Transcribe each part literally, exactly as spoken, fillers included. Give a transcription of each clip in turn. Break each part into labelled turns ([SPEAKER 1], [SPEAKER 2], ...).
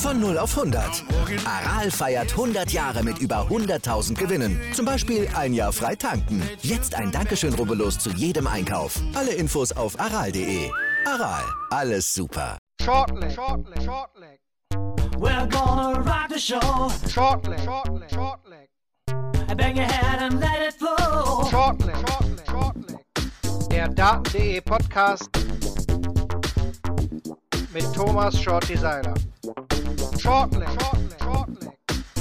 [SPEAKER 1] Von null auf hundert. Aral feiert hundert Jahre mit über hunderttausend Gewinnen. Zum Beispiel ein Jahr frei tanken. Jetzt ein Dankeschön, rubbellos zu jedem Einkauf. Alle Infos auf aral punkt de. Aral, alles super.
[SPEAKER 2] Shortleg, shortleg, shortleg.
[SPEAKER 3] We're gonna rock the show.
[SPEAKER 2] Shortleg, shortleg, shortleg.
[SPEAKER 3] Bang your head and let it flow.
[SPEAKER 2] Shortleg, shortleg, shortleg. Der Daten punkt de Podcast mit Thomas Shorty Seiler. Shortleg, shortleg, shortleg.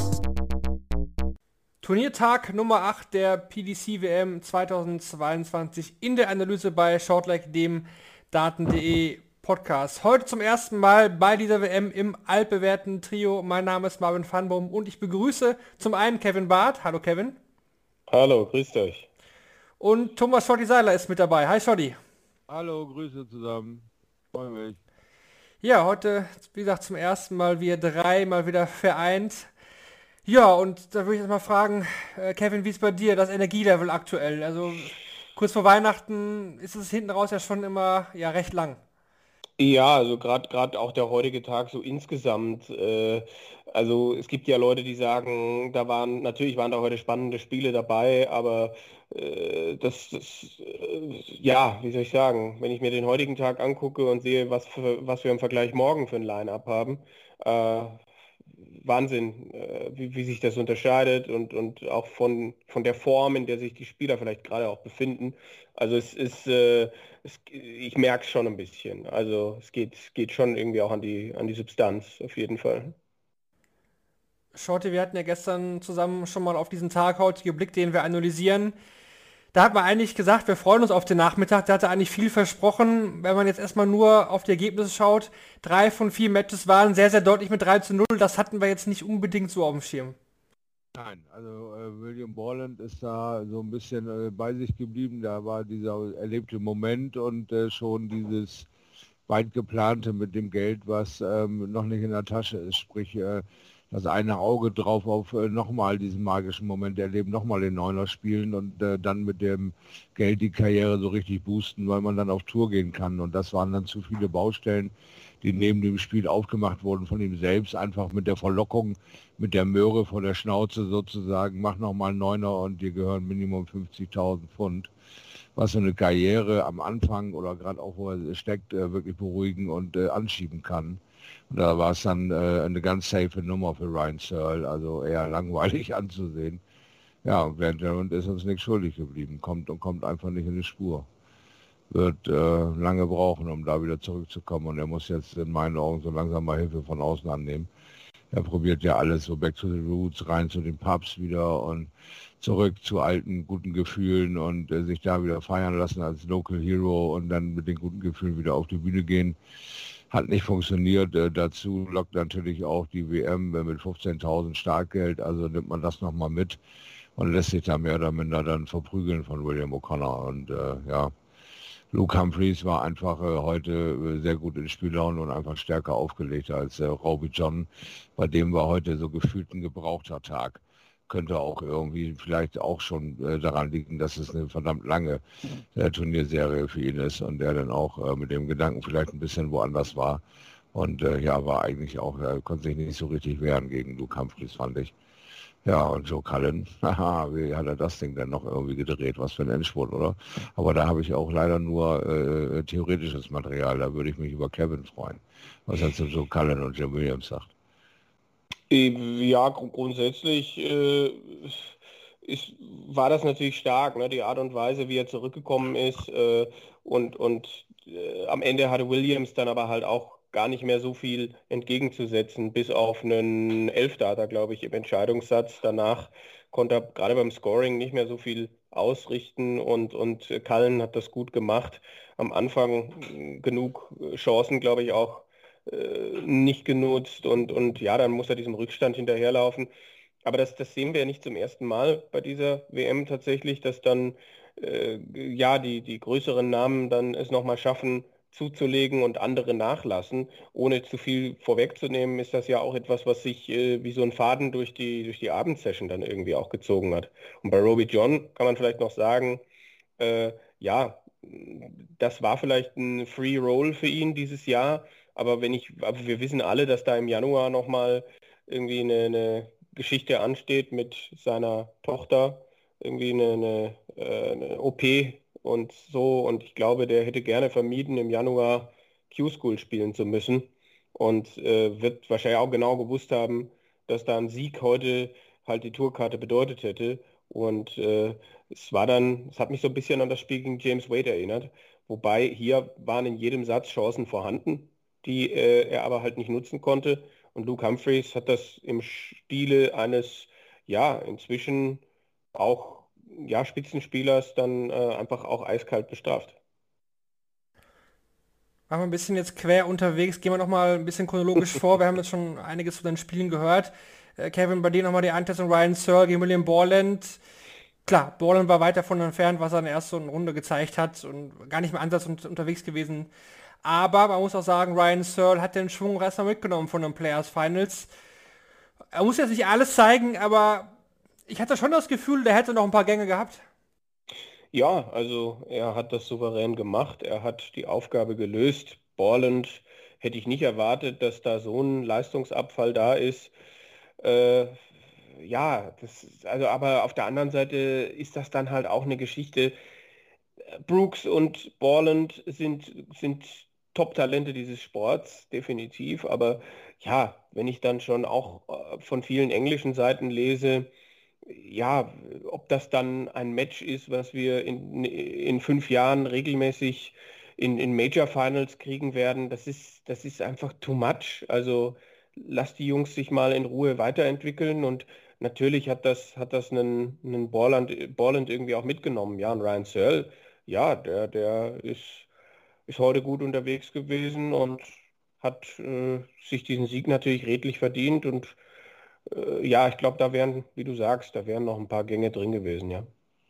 [SPEAKER 4] Turniertag Nummer acht der P D C W M zweitausendzweiundzwanzig in der Analyse bei Shortleg, dem Daten punkt de Podcast. Heute zum ersten Mal bei dieser W M im altbewährten Trio. Mein Name ist Marvin Fanbaum und ich begrüße zum einen Kevin Barth. Hallo Kevin.
[SPEAKER 5] Hallo, grüßt euch.
[SPEAKER 4] Und Thomas Shorty Seiler ist mit dabei. Hi Shorty.
[SPEAKER 6] Hallo, Grüße zusammen. Freue mich.
[SPEAKER 4] Ja, heute, wie gesagt, zum ersten Mal wir drei mal wieder vereint. Ja, und da würde ich jetzt mal fragen, äh, Kevin, wie ist bei dir das Energielevel aktuell? Also kurz vor Weihnachten ist es hinten raus ja schon immer ja recht lang.
[SPEAKER 5] Ja, also gerade gerade auch der heutige Tag so insgesamt. Äh, also es gibt ja Leute, die sagen, da waren natürlich waren da heute spannende Spiele dabei, aber äh, das, das äh, ja, wie soll ich sagen, wenn ich mir den heutigen Tag angucke und sehe, was für, was wir im Vergleich morgen für ein Line-Up haben, äh, Wahnsinn, äh, wie, wie sich das unterscheidet und, und auch von, von der Form, in der sich die Spieler vielleicht gerade auch befinden. Also es ist, äh, es, ich merke es schon ein bisschen. Also es geht, geht schon irgendwie auch an die, an die Substanz, auf jeden Fall.
[SPEAKER 4] Shorty, wir hatten ja gestern zusammen schon mal auf diesen Tag heute geblickt, den wir analysieren. Da hat man eigentlich gesagt, wir freuen uns auf den Nachmittag. Der hatte eigentlich viel versprochen. Wenn man jetzt erstmal nur auf die Ergebnisse schaut, drei von vier Matches waren sehr, sehr deutlich mit drei zu null. Das hatten wir jetzt nicht unbedingt so auf dem Schirm.
[SPEAKER 6] Nein, also äh, William Borland ist da so ein bisschen äh, bei sich geblieben. Da war dieser erlebte Moment und äh, schon dieses weit geplante mit dem Geld, was ähm, noch nicht in der Tasche ist. Sprich, äh, das eine Auge drauf auf äh, nochmal diesen magischen Moment erleben, nochmal den Neuner spielen und äh, dann mit dem Geld die Karriere so richtig boosten, weil man dann auf Tour gehen kann. Und das waren dann zu viele Baustellen, die neben dem Spiel aufgemacht wurden von ihm selbst, einfach mit der Verlockung, mit der Möhre vor der Schnauze sozusagen, mach nochmal einen Neuner und dir gehören Minimum fünfzigtausend Pfund. Was so eine Karriere am Anfang oder gerade auch wo er steckt, äh, wirklich beruhigen und äh, anschieben kann. Und da war es dann äh, eine ganz safe Nummer für Ryan Searle, also eher langweilig anzusehen. Ja, und Vanderland ist uns nichts schuldig geblieben, kommt und kommt einfach nicht in die Spur. Wird äh, lange brauchen, um da wieder zurückzukommen und er muss jetzt in meinen Augen so langsam mal Hilfe von außen annehmen. Er probiert ja alles so back to the roots, rein zu den Pubs wieder und zurück zu alten, guten Gefühlen und äh, sich da wieder feiern lassen als Local Hero und dann mit den guten Gefühlen wieder auf die Bühne gehen. Hat nicht funktioniert. Äh, dazu lockt natürlich auch die W M äh, mit fünfzehntausend Startgeld, also nimmt man das nochmal mit und lässt sich da mehr oder minder dann verprügeln von William O'Connor. Und äh, ja, Luke Humphreys war einfach äh, heute äh, sehr gut in Spiellaune und einfach stärker aufgelegt als äh, Robbie John. Bei dem war heute so gefühlt ein gebrauchter Tag. Könnte auch irgendwie vielleicht auch schon äh, daran liegen, dass es eine verdammt lange äh, Turnierserie für ihn ist und er dann auch äh, mit dem Gedanken vielleicht ein bisschen woanders war. Und äh, ja, war eigentlich auch, er konnte sich nicht so richtig wehren gegen Luke Humphreys, fand ich. Ja, und Joe Cullen, haha, wie hat er das Ding denn noch irgendwie gedreht? Was für ein Endspurt, oder? Aber da habe ich auch leider nur äh, theoretisches Material, da würde ich mich über Kevin freuen, was er zu Joe Cullen und Jim Williams sagt.
[SPEAKER 5] Ja, gr- grundsätzlich äh, ist, war das natürlich stark, ne? Die Art und Weise, wie er zurückgekommen ist äh, und, und äh, am Ende hatte Williams dann aber halt auch gar nicht mehr so viel entgegenzusetzen, bis auf einen Elfdater, glaube ich, im Entscheidungssatz. Danach konnte er gerade beim Scoring nicht mehr so viel ausrichten und, und Cullen hat das gut gemacht. Am Anfang mh, genug äh, Chancen, glaube ich, auch äh, nicht genutzt und, und ja, dann muss er diesem Rückstand hinterherlaufen. Aber das, das sehen wir ja nicht zum ersten Mal bei dieser W M tatsächlich, dass dann äh, ja die, die größeren Namen dann es nochmal schaffen zuzulegen und andere nachlassen. Ohne zu viel vorwegzunehmen, ist das ja auch etwas, was sich äh, wie so ein Faden durch die, durch die Abendsession dann irgendwie auch gezogen hat. Und bei Robbie John kann man vielleicht noch sagen, äh, ja, das war vielleicht ein Free Roll für ihn dieses Jahr, Aber wenn ich, aber wir wissen alle, dass da im Januar nochmal irgendwie eine, eine Geschichte ansteht mit seiner Tochter, irgendwie eine, eine, äh, eine O P und so. Und ich glaube, der hätte gerne vermieden, im Januar Q-School spielen zu müssen. Und äh, wird wahrscheinlich auch genau gewusst haben, dass da ein Sieg heute halt die Tourkarte bedeutet hätte. Und äh, es war dann, es hat mich so ein bisschen an das Spiel gegen James Wade erinnert. Wobei hier waren in jedem Satz Chancen vorhanden, die äh, er aber halt nicht nutzen konnte. Und Luke Humphreys hat das im Stile eines, ja, inzwischen auch ja, Spitzenspielers dann äh, einfach auch eiskalt bestraft.
[SPEAKER 4] Machen wir ein bisschen jetzt quer unterwegs, gehen wir nochmal ein bisschen chronologisch vor. Wir haben jetzt schon einiges zu den Spielen gehört. Äh, Kevin, bei dir nochmal die Einschätzung Ryan Searle gegen William Borland. Klar, Borland war weit davon entfernt, was er in der ersten Runde gezeigt hat und gar nicht mehr Ansatz und, unterwegs gewesen. Aber man muss auch sagen, Ryan Searle hat den Schwung erstmal mitgenommen von den Players Finals. Er muss jetzt nicht alles zeigen, aber ich hatte schon das Gefühl, der hätte noch ein paar Gänge gehabt.
[SPEAKER 5] Ja, also er hat das souverän gemacht, er hat die Aufgabe gelöst. Borland hätte ich nicht erwartet, dass da so ein Leistungsabfall da ist. Äh, ja, das, also aber auf der anderen Seite ist das dann halt auch eine Geschichte. Brooks und Borland sind, sind Top-Talente dieses Sports, definitiv. Aber ja, wenn ich dann schon auch äh, von vielen englischen Seiten lese, ja, ob das dann ein Match ist, was wir in, in fünf Jahren regelmäßig in, in Major Finals kriegen werden, das ist, das ist einfach too much. Also lass die Jungs sich mal in Ruhe weiterentwickeln und natürlich hat das, hat das einen, einen Borland, Borland irgendwie auch mitgenommen. Ja, und Ryan Searle, ja, der, der ist, ist heute gut unterwegs gewesen und hat äh, sich diesen Sieg natürlich redlich verdient und äh, ja, ich glaube, da wären, wie du sagst, da wären noch ein paar Gänge drin gewesen, ja.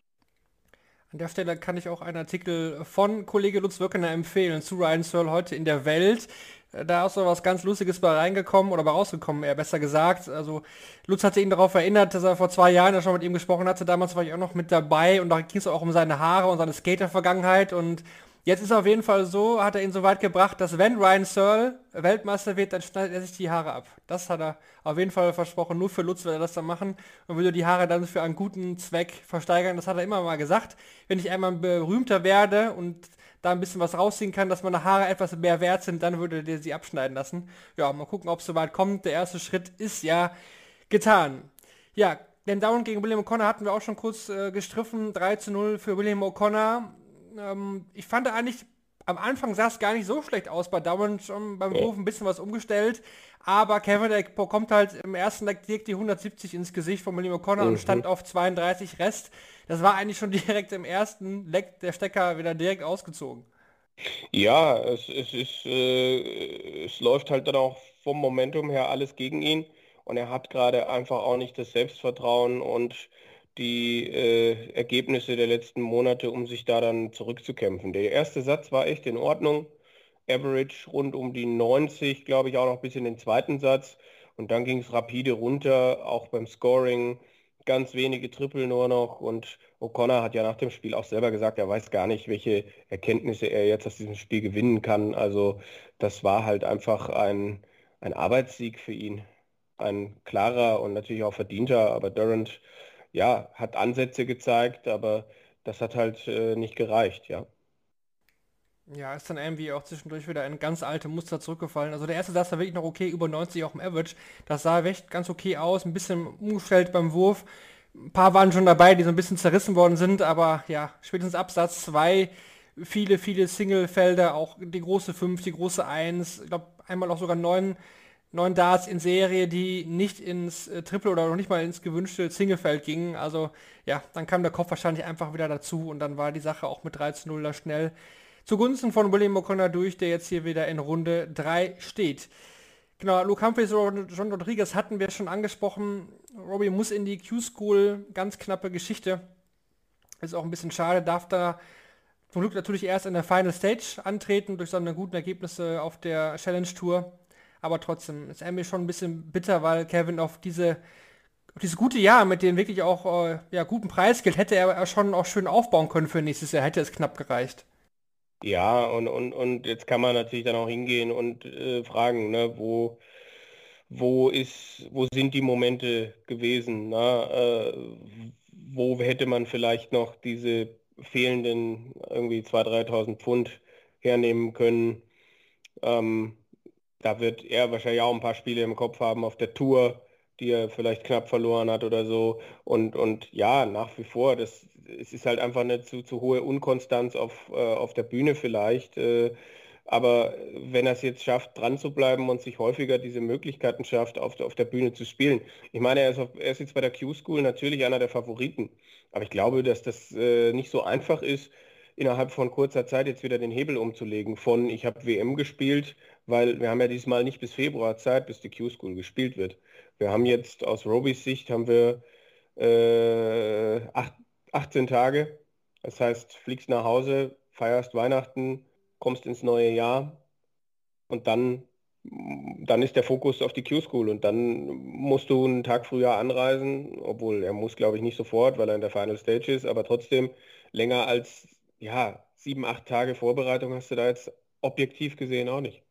[SPEAKER 4] An der Stelle kann ich auch einen Artikel von Kollege Lutz Wöckener empfehlen zu Ryan Searle heute in der Welt. Da ist so was ganz Lustiges bei reingekommen oder bei rausgekommen, eher besser gesagt. Also Lutz hatte ihn darauf erinnert, dass er vor zwei Jahren ja schon mit ihm gesprochen hatte. Damals war ich auch noch mit dabei und da ging es auch um seine Haare und seine Skater-Vergangenheit und jetzt ist es auf jeden Fall so, hat er ihn so weit gebracht, dass wenn Ryan Searle Weltmeister wird, dann schneidet er sich die Haare ab. Das hat er auf jeden Fall versprochen, nur für Lutz wird er das dann machen und würde die Haare dann für einen guten Zweck versteigern. Das hat er immer mal gesagt. Wenn ich einmal berühmter werde und da ein bisschen was rausziehen kann, dass meine Haare etwas mehr wert sind, dann würde der sie abschneiden lassen. Ja, mal gucken, ob es soweit kommt. Der erste Schritt ist ja getan. Ja, den Down gegen William O'Connor hatten wir auch schon kurz äh, gestriffen. drei zu null für William O'Connor. Ähm, ich fand eigentlich, am Anfang sah es gar nicht so schlecht aus bei Down, schon beim Wurf ein bisschen was umgestellt. Aber Kevin, der bekommt halt im ersten Leck direkt die hundertsiebzig ins Gesicht von William O'Connor mhm. und stand auf zweiunddreißig Rest. Das war eigentlich schon direkt im ersten Leck der Stecker wieder direkt ausgezogen.
[SPEAKER 5] Ja, es, es ist, äh, es läuft halt dann auch vom Momentum her alles gegen ihn und er hat gerade einfach auch nicht das Selbstvertrauen und die äh, Ergebnisse der letzten Monate, um sich da dann zurückzukämpfen. Der erste Satz war echt in Ordnung. Average rund um die neunzig, glaube ich, auch noch bis in den zweiten Satz. Und dann ging es rapide runter, auch beim Scoring. Ganz wenige Triple nur noch. Und O'Connor hat ja nach dem Spiel auch selber gesagt, er weiß gar nicht, welche Erkenntnisse er jetzt aus diesem Spiel gewinnen kann. Also das war halt einfach ein, ein Arbeitssieg für ihn. Ein klarer und natürlich auch verdienter. Aber Durant, ja, hat Ansätze gezeigt, aber das hat halt äh, nicht gereicht, ja.
[SPEAKER 4] Ja, ist dann irgendwie auch zwischendurch wieder ein ganz alte Muster zurückgefallen. Also der erste Satz war wirklich noch okay, über neunzig auch im Average. Das sah echt ganz okay aus, ein bisschen umgestellt beim Wurf. Ein paar waren schon dabei, die so ein bisschen zerrissen worden sind, aber ja, spätestens ab Satz zwei viele, viele Single-Felder, auch die große fünf, die große eins, ich glaube einmal auch sogar neun, neun Darts in Serie, die nicht ins äh, Triple oder noch nicht mal ins gewünschte Singlefeld gingen. Also ja, dann kam der Kopf wahrscheinlich einfach wieder dazu und dann war die Sache auch mit drei zu null da schnell zugunsten von William O'Connor durch, der jetzt hier wieder in Runde drei steht. Genau, Luke Humphreys und John Rodriguez hatten wir schon angesprochen. Robbie muss in die Q-School, ganz knappe Geschichte. Ist auch ein bisschen schade, darf da zum Glück natürlich erst in der Final Stage antreten, durch seine guten Ergebnisse auf der Challenge Tour. Aber trotzdem ist er mir schon ein bisschen bitter, weil Kevin auf diese auf dieses gute Jahr mit dem wirklich auch äh, ja, guten Preisgeld hätte er schon auch schön aufbauen können für nächstes Jahr, hätte es knapp gereicht.
[SPEAKER 5] Ja, und, und, und jetzt kann man natürlich dann auch hingehen und äh, fragen, ne, wo, wo ist, wo sind die Momente gewesen? Na, äh, wo hätte man vielleicht noch diese fehlenden irgendwie zweitausend, dreitausend Pfund hernehmen können? Ähm, Da wird er wahrscheinlich auch ein paar Spiele im Kopf haben auf der Tour, die er vielleicht knapp verloren hat oder so. Und, und ja, nach wie vor, das, es ist halt einfach eine zu, zu hohe Unkonstanz auf, äh, auf der Bühne vielleicht. Äh, aber wenn er es jetzt schafft, dran zu bleiben und sich häufiger diese Möglichkeiten schafft, auf, der- auf der Bühne zu spielen. Ich meine, er ist, auf, er ist jetzt bei der Q-School natürlich einer der Favoriten. Aber ich glaube, dass das äh, nicht so einfach ist, innerhalb von kurzer Zeit jetzt wieder den Hebel umzulegen von ich habe W M gespielt, weil wir haben ja diesmal nicht bis Februar Zeit, bis die Q-School gespielt wird. Wir haben jetzt aus Robys Sicht haben wir äh, acht, achtzehn Tage. Das heißt, fliegst nach Hause, feierst Weihnachten, kommst ins neue Jahr und dann, dann ist der Fokus auf die Q-School und dann musst du einen Tag früher anreisen, obwohl er muss, glaube ich, nicht sofort, weil er in der Final Stage ist, aber trotzdem länger als ja, sieben, acht Tage Vorbereitung hast du da jetzt objektiv gesehen auch nicht.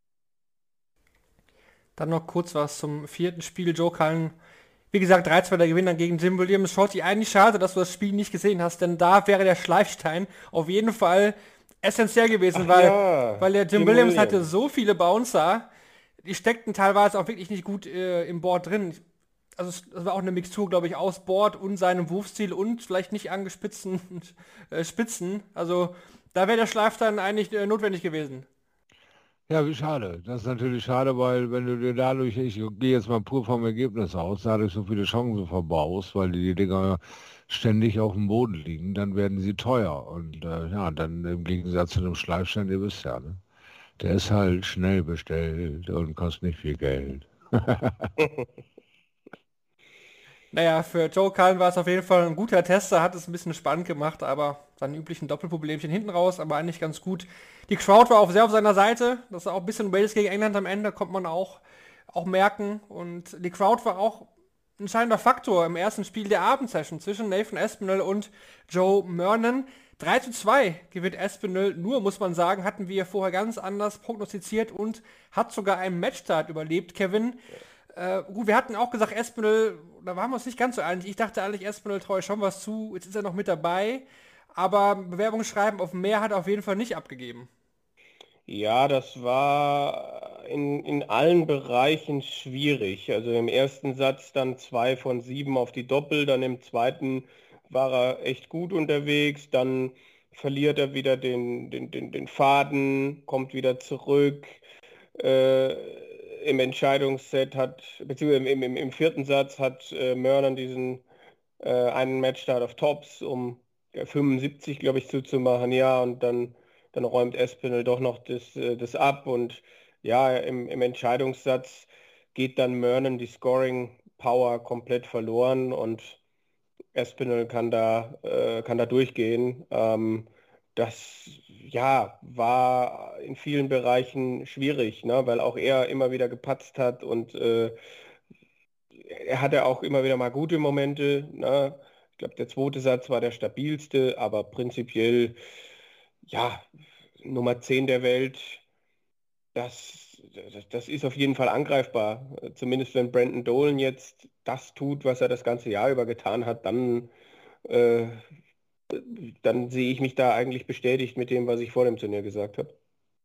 [SPEAKER 4] Dann noch kurz was zum vierten Spiel. Joe Cullen, wie gesagt, drei zwei der Gewinner gegen Jim Williams. Shorty, eigentlich schade, dass du das Spiel nicht gesehen hast, denn da wäre der Schleifstein auf jeden Fall essentiell gewesen,
[SPEAKER 5] Ach
[SPEAKER 4] weil,
[SPEAKER 5] ja,
[SPEAKER 4] weil der Jim,
[SPEAKER 5] Jim
[SPEAKER 4] Williams,
[SPEAKER 5] Williams.
[SPEAKER 4] hatte so viele Bouncer, die steckten teilweise auch wirklich nicht gut äh, im Board drin. Also es, es war auch eine Mixtur, glaube ich, aus Board und seinem Wurfstil und vielleicht nicht angespitzten äh, Spitzen. Also da wäre der Schleifstein eigentlich äh, notwendig gewesen.
[SPEAKER 6] Ja, wie schade. Das ist natürlich schade, weil wenn du dir dadurch, ich gehe jetzt mal pur vom Ergebnis aus, dadurch so viele Chancen verbaust, weil die Dinger ständig auf dem Boden liegen, dann werden sie teuer. Und äh, ja, dann im Gegensatz zu einem Schleifstein, ihr wisst ja, ne? Der ist halt schnell bestellt und kostet nicht viel Geld.
[SPEAKER 4] Naja, für Joe Cullen war es auf jeden Fall ein guter Tester, hat es ein bisschen spannend gemacht, aber seine üblichen Doppelproblemchen hinten raus, aber eigentlich ganz gut. Die Crowd war auch sehr auf seiner Seite, das ist auch ein bisschen Wales gegen England am Ende, kommt man auch, auch merken. Und die Crowd war auch ein entscheidender Faktor im ersten Spiel der Abendsession zwischen Nathan Aspinall und Joe Mernon. drei zu zwei gewinnt Aspinall, nur muss man sagen, hatten wir vorher ganz anders prognostiziert und hat sogar einen Matchstart überlebt, Kevin. Äh, gut, wir hatten auch gesagt, Aspinall, da waren wir uns nicht ganz so einig. Ich dachte eigentlich, Aspinall traue schon was zu. Jetzt ist er noch mit dabei. Aber Bewerbungsschreiben auf mehr hat er auf jeden Fall nicht abgegeben.
[SPEAKER 5] Ja, das war in, in allen Bereichen schwierig. Also im ersten Satz dann zwei von sieben auf die Doppel, dann im zweiten war er echt gut unterwegs, dann verliert er wieder den, den, den, den Faden, kommt wieder zurück. Äh, Im Entscheidungsset hat, beziehungsweise im, im, im vierten Satz hat äh, Mernon diesen äh, einen Matchstart auf Tops, um ja, fünfundsiebzig, glaube ich, zuzumachen, ja, und dann, dann räumt Aspinall doch noch das, äh, das ab und ja, im, im Entscheidungssatz geht dann Mernon die Scoring-Power komplett verloren und Aspinall kann da, äh, kann da durchgehen. Ähm, das ja, war in vielen Bereichen schwierig, ne? Weil auch er immer wieder gepatzt hat und äh, er hatte auch immer wieder mal gute Momente. Ne? Ich glaube, der zweite Satz war der stabilste, aber prinzipiell, ja, Nummer zehn der Welt, das, das, das ist auf jeden Fall angreifbar. Zumindest wenn Brandon Dolan jetzt das tut, was er das ganze Jahr über getan hat, dann, äh, dann sehe ich mich da eigentlich bestätigt mit dem, was ich vor dem Turnier gesagt habe.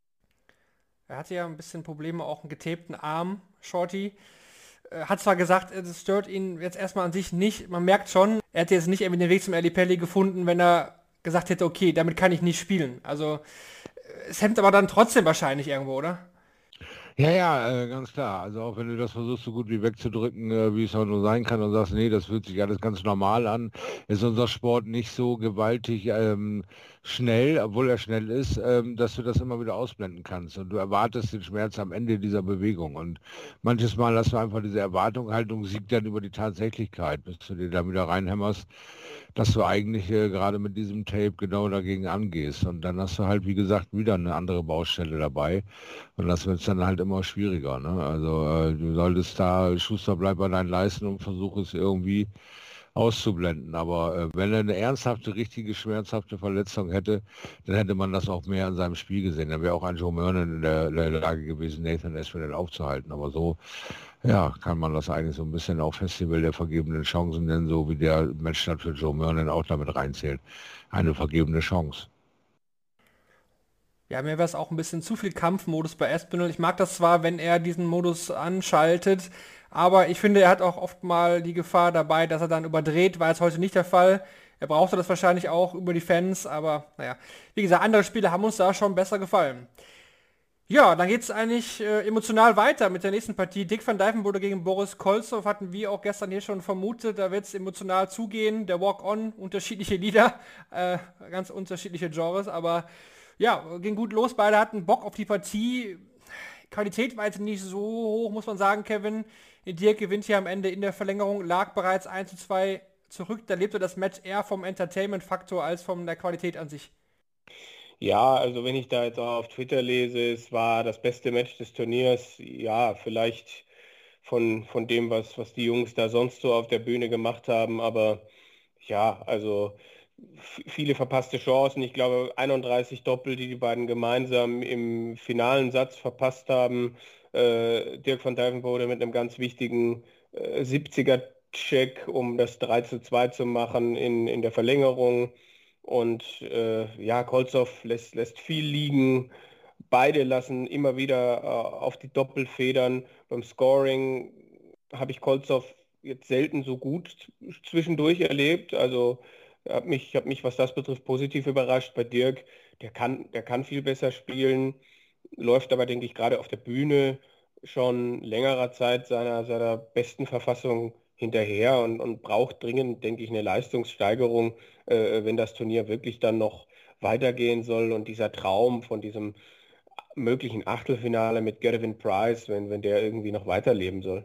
[SPEAKER 4] Er hatte ja ein bisschen Probleme, auch einen getapten Arm, Shorty. Er hat zwar gesagt, es stört ihn jetzt erstmal an sich nicht. Man merkt schon, er hätte jetzt nicht irgendwie den Weg zum Ali Pelli gefunden, wenn er gesagt hätte, okay, damit kann ich nicht spielen. Also es hemmt aber dann trotzdem wahrscheinlich irgendwo, oder?
[SPEAKER 6] Ja, ja, äh, ganz klar. Also auch wenn du das versuchst, so gut wie wegzudrücken, äh, wie es auch nur sein kann und sagst, nee, das fühlt sich alles ganz normal an, ist unser Sport nicht so gewaltig ähm, schnell, obwohl er schnell ist, ähm, dass du das immer wieder ausblenden kannst. Und du erwartest den Schmerz am Ende dieser Bewegung. Und manches Mal hast du einfach diese Erwartungshaltung, siegt dann über die Tatsächlichkeit, bis du dir da wieder reinhämmerst, dass du eigentlich äh, gerade mit diesem Tape genau dagegen angehst. Und dann hast du halt, wie gesagt, wieder eine andere Baustelle dabei. Und das wird dann halt immer schwieriger. Ne? Also äh, du solltest da, Schuster, bleib bei deinen Leisten und versuch es irgendwie auszublenden. Aber äh, wenn er eine ernsthafte, richtige, schmerzhafte Verletzung hätte, dann hätte man das auch mehr in seinem Spiel gesehen. Dann wäre auch ein Joe Murnan in der, der Lage gewesen, Nathan Aspinall aufzuhalten. Aber so, ja, kann man das eigentlich so ein bisschen auf Festival der vergebenen Chancen nennen, so wie der Matchstart für Joe Murnan auch damit reinzählt. Eine vergebene Chance.
[SPEAKER 4] Ja, mir wäre es auch ein bisschen zu viel Kampfmodus bei Aspinall. Ich mag das zwar, wenn er diesen Modus anschaltet, aber ich finde, er hat auch oft mal die Gefahr dabei, dass er dann überdreht. War jetzt heute nicht der Fall. Er brauchte das wahrscheinlich auch über die Fans, aber naja. Wie gesagt, andere Spiele haben uns da schon besser gefallen. Ja, dann geht es eigentlich äh, emotional weiter mit der nächsten Partie. Dick van Dijvenbode gegen Boris Kolzow hatten wir auch gestern hier schon vermutet. Da wird es emotional zugehen. Der Walk-On, unterschiedliche Lieder, äh, ganz unterschiedliche Genres, aber ja, ging gut los. Beide hatten Bock auf die Partie. Qualität war jetzt nicht so hoch, muss man sagen, Kevin. Dirk gewinnt hier am Ende in der Verlängerung, lag bereits eins zu zwei zurück. Da lebte das Match eher vom Entertainment-Faktor als von der Qualität an sich.
[SPEAKER 5] Ja, also wenn ich da jetzt auch auf Twitter lese, es war das beste Match des Turniers. Ja, vielleicht von, von dem, was, was die Jungs da sonst so auf der Bühne gemacht haben. Aber ja, also viele verpasste Chancen. Ich glaube, einunddreißig Doppel, die die beiden gemeinsam im finalen Satz verpasst haben. Äh, Dirk van Dijvenbode mit einem ganz wichtigen äh, siebziger-Check, um das drei zu zwei zu machen in, in der Verlängerung. Und äh, ja, Kolzow lässt, lässt viel liegen. Beide lassen immer wieder äh, auf die Doppel federn. Beim Scoring habe ich Kolzow jetzt selten so gut zwischendurch erlebt. Also habe mich, hab mich, was das betrifft, positiv überrascht. Bei Dirk, der kann, der kann viel besser spielen, läuft aber, denke ich, gerade auf der Bühne schon längerer Zeit seiner, seiner besten Verfassung hinterher und, und braucht dringend, denke ich, eine Leistungssteigerung, äh, wenn das Turnier wirklich dann noch weitergehen soll und dieser Traum von diesem möglichen Achtelfinale mit Gervin Price, wenn, wenn der irgendwie noch weiterleben soll.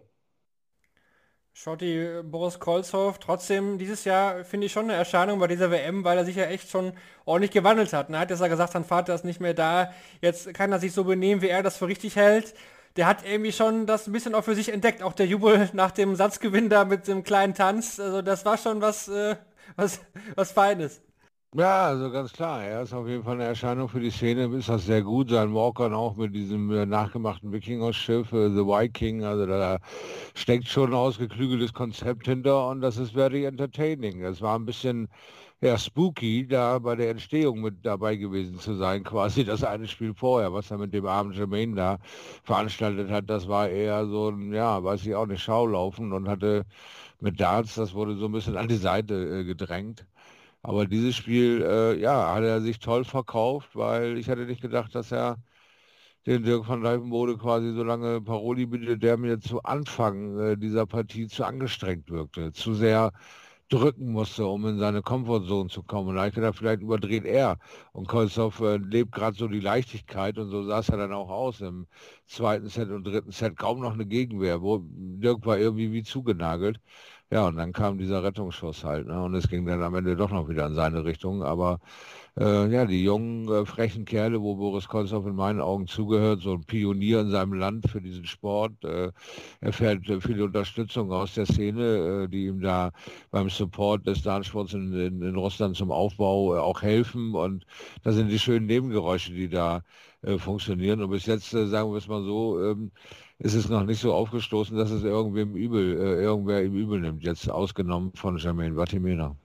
[SPEAKER 4] Schotti, Boris Kolzow, trotzdem dieses Jahr finde ich schon eine Erscheinung bei dieser W M, weil er sich ja echt schon ordentlich gewandelt hat. Er hat ja gesagt, sein Vater ist nicht mehr da, jetzt kann er sich so benehmen, wie er das für richtig hält. Der hat irgendwie schon das ein bisschen auch für sich entdeckt, auch der Jubel nach dem Satzgewinn da mit dem kleinen Tanz, also das war schon was, äh, was, was Feines.
[SPEAKER 6] Ja, also ganz klar, er ist auf jeden Fall eine Erscheinung für die Szene, ist das sehr gut, sein Walkern auch mit diesem äh, nachgemachten Wikinger-Schiff, äh, The Viking, also da steckt schon ein ausgeklügeltes Konzept hinter und das ist very entertaining. Es war ein bisschen ja, spooky, da bei der Entstehung mit dabei gewesen zu sein, quasi das eine Spiel vorher, was er mit dem armen Jermaine da veranstaltet hat, das war eher so ein, ja, weiß ich auch nicht, Schaulaufen und hatte mit Darts, das wurde so ein bisschen an die Seite äh, gedrängt. Aber dieses Spiel, äh, ja, hat er sich toll verkauft, weil ich hatte nicht gedacht, dass er den Dirk van Dijvenbode quasi so lange Paroli bietet, der mir zu Anfang äh, dieser Partie zu angestrengt wirkte, zu sehr drücken musste, um in seine Comfortzone zu kommen. Und da habe ich gedacht, vielleicht überdreht er. Und Kolzow äh, lebt gerade so die Leichtigkeit und so sah es ja dann auch aus im zweiten Set und dritten Set. Kaum noch eine Gegenwehr. Wo Dirk war irgendwie wie zugenagelt. Ja, und dann kam dieser Rettungsschuss halt, ne? Und es ging dann am Ende doch noch wieder in seine Richtung. Aber äh, ja, die jungen, äh, frechen Kerle, wo Boris Kolzow in meinen Augen zugehört, so ein Pionier in seinem Land für diesen Sport, äh, erfährt äh, viel Unterstützung aus der Szene, äh, die ihm da beim Support des Dartsports in, in, in Russland zum Aufbau äh, auch helfen. Und das sind die schönen Nebengeräusche, die da äh, funktionieren. Und bis jetzt, äh, sagen wir es mal so, ähm, ist es noch nicht so aufgestoßen, dass es irgendwem übel, äh, irgendwer ihm übel nimmt, jetzt ausgenommen von Jermaine Vatimena.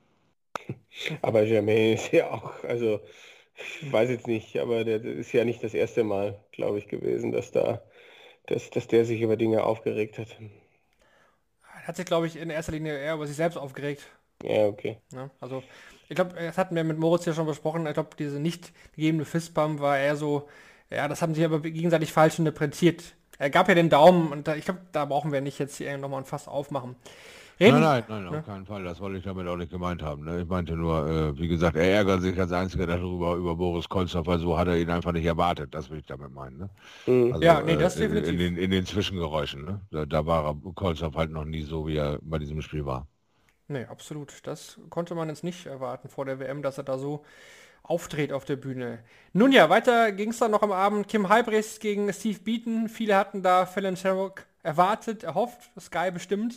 [SPEAKER 5] Aber Jermaine ist ja auch, also ich weiß jetzt nicht, aber der, das ist ja nicht das erste Mal, glaube ich, gewesen, dass da, dass, dass der sich über Dinge aufgeregt hat.
[SPEAKER 4] Er hat sich, glaube ich, in erster Linie eher über sich selbst aufgeregt.
[SPEAKER 5] Ja, okay.
[SPEAKER 4] Ja, also ich glaube, das hatten wir mit Moritz ja schon besprochen, ich glaube, diese nicht gegebene Fistbump war eher so, ja, das haben sie aber gegenseitig falsch interpretiert. Er gab ja den Daumen und da, ich glaube, da brauchen wir nicht jetzt hier nochmal ein Fass aufmachen. Reden,
[SPEAKER 6] nein, nein, nein,
[SPEAKER 4] ne?
[SPEAKER 6] auf keinen Fall. Das wollte ich damit auch nicht gemeint haben. Ne? Ich meinte nur, äh, wie gesagt, er ärgert sich als Einziger darüber, über Boris Kolzow, weil so hat er ihn einfach nicht erwartet. Das will ich damit meinen. Ne?
[SPEAKER 5] Mhm.
[SPEAKER 6] Also,
[SPEAKER 4] Ja, nee, das
[SPEAKER 6] äh, in,
[SPEAKER 4] definitiv.
[SPEAKER 6] in, den, in den Zwischengeräuschen. Ne? Da, da war er, Kolzow halt noch nie so, wie er bei diesem Spiel war.
[SPEAKER 4] Nee, absolut. Das konnte man jetzt nicht erwarten vor der W M, dass er da so auftritt auf der Bühne. Nun ja, weiter ging es dann noch am Abend. Kim Huybrechts gegen Steve Beaton. Viele hatten da Fallon Sherrock erwartet, erhofft, Sky bestimmt.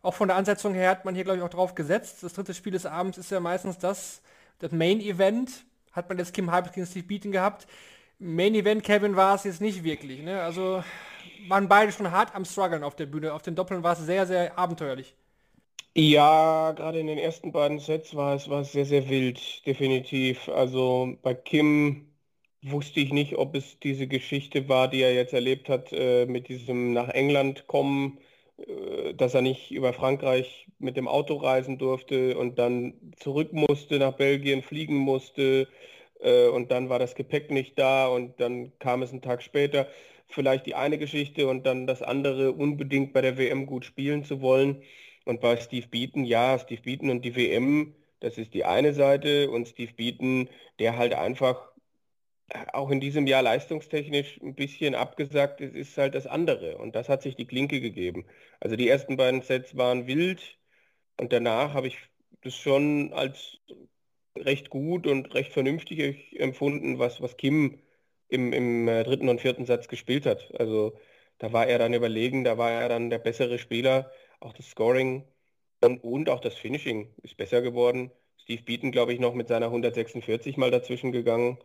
[SPEAKER 4] auch von der Ansetzung her hat man hier, glaube ich, auch drauf gesetzt. Das dritte Spiel des Abends ist ja meistens das, das Main-Event. Hat man jetzt Kim Halbert gegen Steve Beaton gehabt. Main-Event, Kevin, war es jetzt nicht wirklich. Ne? Also waren beide schon hart am Struggeln auf der Bühne. Auf den Doppeln war es sehr, sehr abenteuerlich.
[SPEAKER 5] Ja, gerade in den ersten beiden Sets war es, war es sehr, sehr wild, definitiv. Also bei Kim wusste ich nicht, ob es diese Geschichte war, die er jetzt erlebt hat, äh, mit diesem nach England kommen, äh, dass er nicht über Frankreich mit dem Auto reisen durfte und dann zurück musste, nach Belgien fliegen musste, äh, und dann war das Gepäck nicht da und dann kam es einen Tag später. Vielleicht die eine Geschichte und dann das andere, unbedingt bei der W M gut spielen zu wollen. Und bei Steve Beaton, ja, Steve Beaton und die W M, das ist die eine Seite und Steve Beaton, der halt einfach auch in diesem Jahr leistungstechnisch ein bisschen abgesagt ist, ist halt das andere. Und das hat sich die Klinke gegeben. Also die ersten beiden Sets waren wild und danach habe ich das schon als recht gut und recht vernünftig empfunden, was, was Kim im, im äh, dritten und vierten Satz gespielt hat. Also da war er dann überlegen, da war er dann der bessere Spieler. Auch das Scoring und, und auch das Finishing ist besser geworden. Steve Beaton, glaube ich, noch mit seiner hundertsechsundvierzig mal dazwischen gegangen.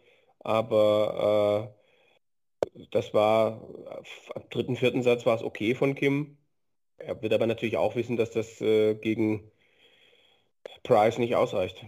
[SPEAKER 5] Aber äh, das war, am dritten, vierten Satz war es okay von Kim. Er wird aber natürlich auch wissen, dass das äh, gegen Price nicht ausreicht.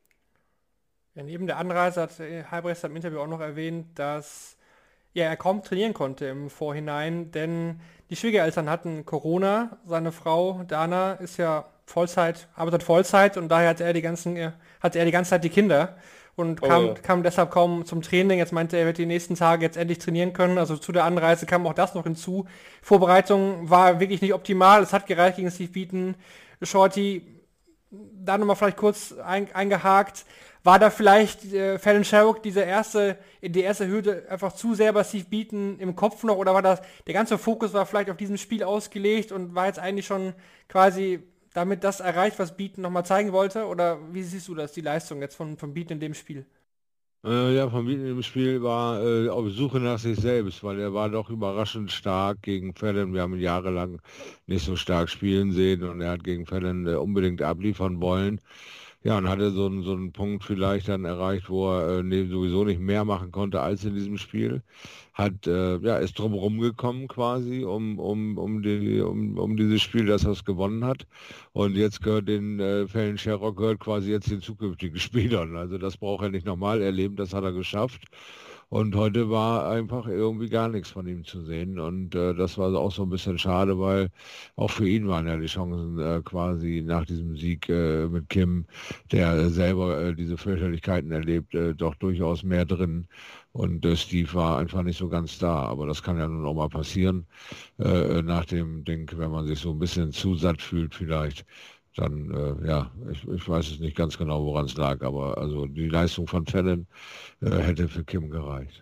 [SPEAKER 4] Ja, neben der Anreise hat äh, Halbrechts im Interview auch noch erwähnt, dass ja, er kaum trainieren konnte im Vorhinein, denn die Schwiegereltern hatten Corona. Seine Frau Dana ist ja Vollzeit, arbeitet Vollzeit und daher hat er die ganzen, äh, hatte er die ganze Zeit die Kinder und
[SPEAKER 5] Oh
[SPEAKER 4] kam,
[SPEAKER 5] ja.
[SPEAKER 4] kam deshalb kaum zum Training. Jetzt meinte er, er wird die nächsten Tage jetzt endlich trainieren können. Also zu der Anreise kam auch das noch hinzu. Vorbereitung war wirklich nicht optimal. Es hat gereicht gegen Steve Beaton. Shorty, da nochmal vielleicht kurz ein, eingehakt. War da vielleicht äh, Fallon Sherrock diese erste, die erste Hürde einfach zu sehr bei Steve Beaton im Kopf noch oder war das, der ganze Fokus war vielleicht auf diesem Spiel ausgelegt und war jetzt eigentlich schon quasi damit das erreicht, was Beaton nochmal zeigen wollte? Oder wie siehst du das, die Leistung jetzt von, von Beaton in dem Spiel?
[SPEAKER 6] Äh, ja, von Beaton im Spiel war äh, auf Suche nach sich selbst, weil er war doch überraschend stark gegen Fallon. Wir haben ihn jahrelang nicht so stark spielen sehen und er hat gegen Fallon äh, unbedingt abliefern wollen. Ja, und hatte so einen, so einen Punkt vielleicht dann erreicht, wo er äh, nee, sowieso nicht mehr machen konnte als in diesem Spiel. Hat, äh, ja, ist drumherum gekommen quasi um, um, um, die, um, um dieses Spiel, dass er es gewonnen hat. Und jetzt gehört den äh, Fallon Sherrock gehört quasi jetzt den zukünftigen Spielern. Also das braucht er nicht nochmal erleben, das hat er geschafft. Und heute war einfach irgendwie gar nichts von ihm zu sehen. Und äh, das war auch so ein bisschen schade, weil auch für ihn waren ja die Chancen äh, quasi nach diesem Sieg äh, mit Kim, der selber äh, diese Fürchterlichkeiten erlebt, äh, doch durchaus mehr drin. Und äh, Steve war einfach nicht so ganz da. Aber das kann ja nun auch mal passieren, äh, nach dem Ding, wenn man sich so ein bisschen zu satt fühlt vielleicht. Dann, äh, ja, ich, ich weiß es nicht ganz genau, woran es lag, aber also die Leistung von Fallon äh, hätte für Kim gereicht.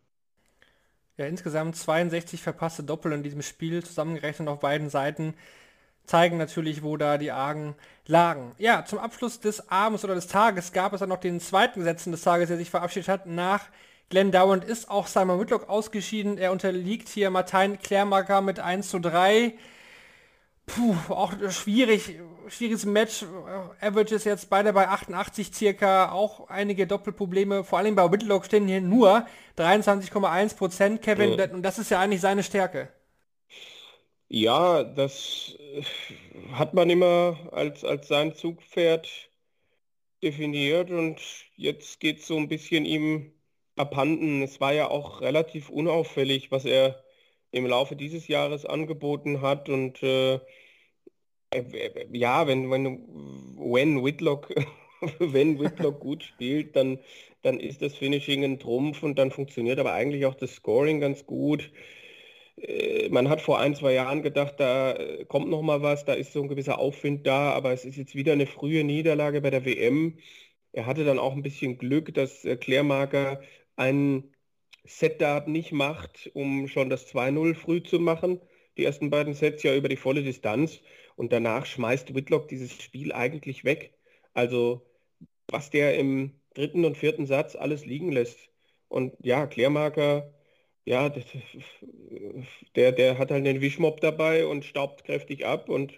[SPEAKER 4] Ja, insgesamt zweiundsechzig verpasste Doppel in diesem Spiel, zusammengerechnet auf beiden Seiten, zeigen natürlich, wo da die Argen lagen. Ja, zum Abschluss des Abends oder des Tages gab es dann noch den zweiten Gesetzen des Tages, der sich verabschiedet hat. Nach Glenn Dowland ist auch Simon Whitlock ausgeschieden. Er unterliegt hier Martijn Klärmarker mit eins zu drei. Puh, auch schwierig, schwieriges Match. Average ist jetzt beide bei achtundachtzig circa, auch einige Doppelprobleme. Vor allem bei Whitlock stehen hier nur dreiundzwanzig Komma eins Prozent, Kevin,
[SPEAKER 5] Ja.
[SPEAKER 4] und das ist ja eigentlich seine Stärke.
[SPEAKER 5] Ja, das äh, hat man immer als, als sein Zugpferd definiert und jetzt geht es so ein bisschen ihm abhanden. Es war ja auch relativ unauffällig, was er im Laufe dieses Jahres angeboten hat und äh, äh, ja, wenn, wenn, wenn Whitlock, wenn Whitlock gut spielt, dann, dann ist das Finishing ein Trumpf und dann funktioniert aber eigentlich auch das Scoring ganz gut. Äh, Man hat vor ein, zwei Jahren gedacht, da äh, kommt noch mal was, da ist so ein gewisser Aufwind da, aber es ist jetzt wieder eine frühe Niederlage bei der W M. Er hatte dann auch ein bisschen Glück, dass äh, Klärmarker einen Set-Dart nicht macht, um schon das zwei null früh zu machen. Die ersten beiden Sets ja über die volle Distanz und danach schmeißt Whitlock dieses Spiel eigentlich weg. Also was der im dritten und vierten Satz alles liegen lässt. Und ja, Klärmarker, ja, der, der hat halt den Wischmopp dabei und staubt kräftig ab und